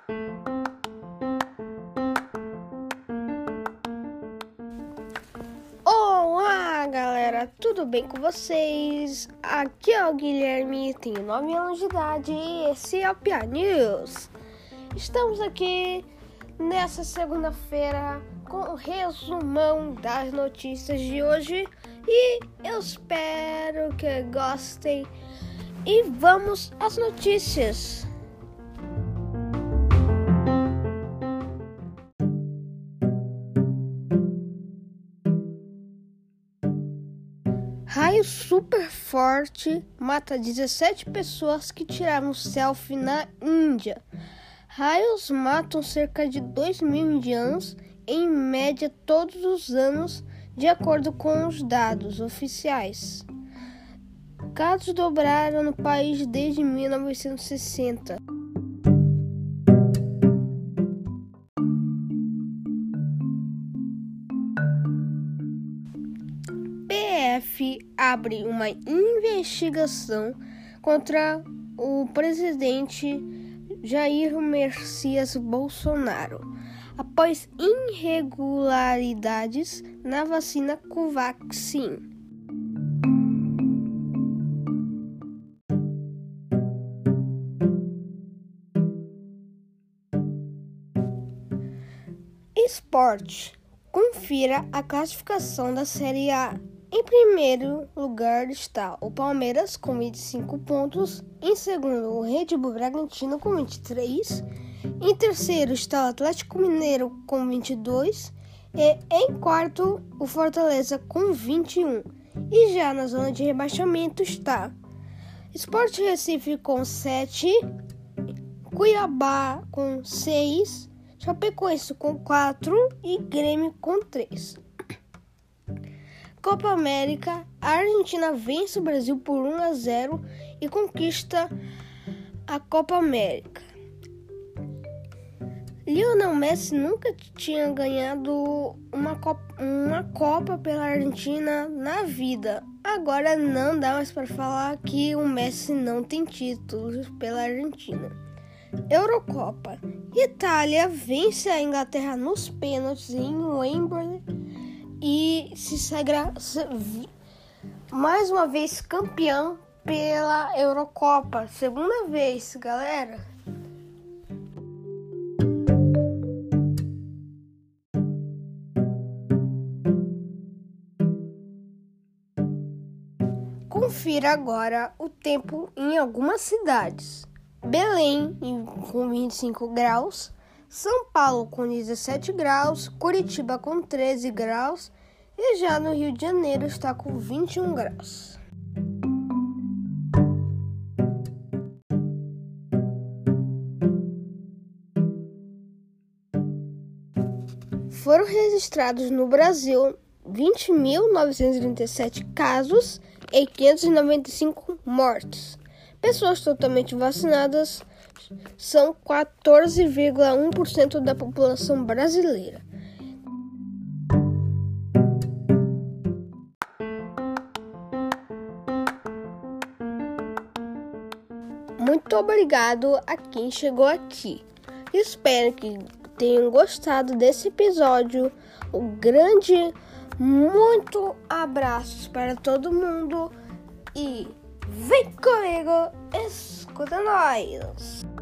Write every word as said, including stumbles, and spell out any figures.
Olá, galera, tudo bem com vocês? Aqui é o Guilherme, tenho nove anos de idade e esse é o Pia News. Estamos aqui nessa segunda-feira com o resumão das notícias de hoje e eu espero que gostem. E vamos às notícias. Raio super forte mata dezessete pessoas que tiraram selfie na Índia. Raios matam cerca de dois mil indianos em média todos os anos, de acordo com os dados oficiais. Casos dobraram no país desde mil novecentos e sessenta. P F abre uma investigação contra o presidente Jair Messias Bolsonaro após irregularidades na vacina Covaxin. Esporte. Confira a classificação da Série A. Em primeiro lugar está o Palmeiras com vinte e cinco pontos, em segundo o Red Bull Bragantino com vinte e três, em terceiro está o Atlético Mineiro com vinte e dois e em quarto o Fortaleza com vinte e um. E já na zona de rebaixamento está Sport Recife com sete, Cuiabá com seis, Chapecoense com quatro e Grêmio com três. Copa América, a Argentina vence o Brasil por um a zero e conquista a Copa América. Lionel Messi nunca tinha ganhado uma Copa, uma Copa pela Argentina na vida. Agora não dá mais para falar que o Messi não tem títulos pela Argentina. Eurocopa. Itália vence a Inglaterra nos pênaltis em Wembley e se sagra mais uma vez campeão pela Eurocopa. Segunda vez, galera. Confira agora o tempo em algumas cidades. Belém com vinte e cinco graus, São Paulo com dezessete graus, Curitiba com treze graus e já no Rio de Janeiro está com vinte e um graus. Foram registrados no Brasil vinte mil novecentos e trinta e sete casos e quinhentos e noventa e cinco mortes. Pessoas totalmente vacinadas são quatorze vírgula um por cento da população brasileira. Muito obrigado a quem chegou aqui. Espero que tenham gostado desse episódio. Um grande, muito abraços para todo mundo e vem comigo, escuta nós!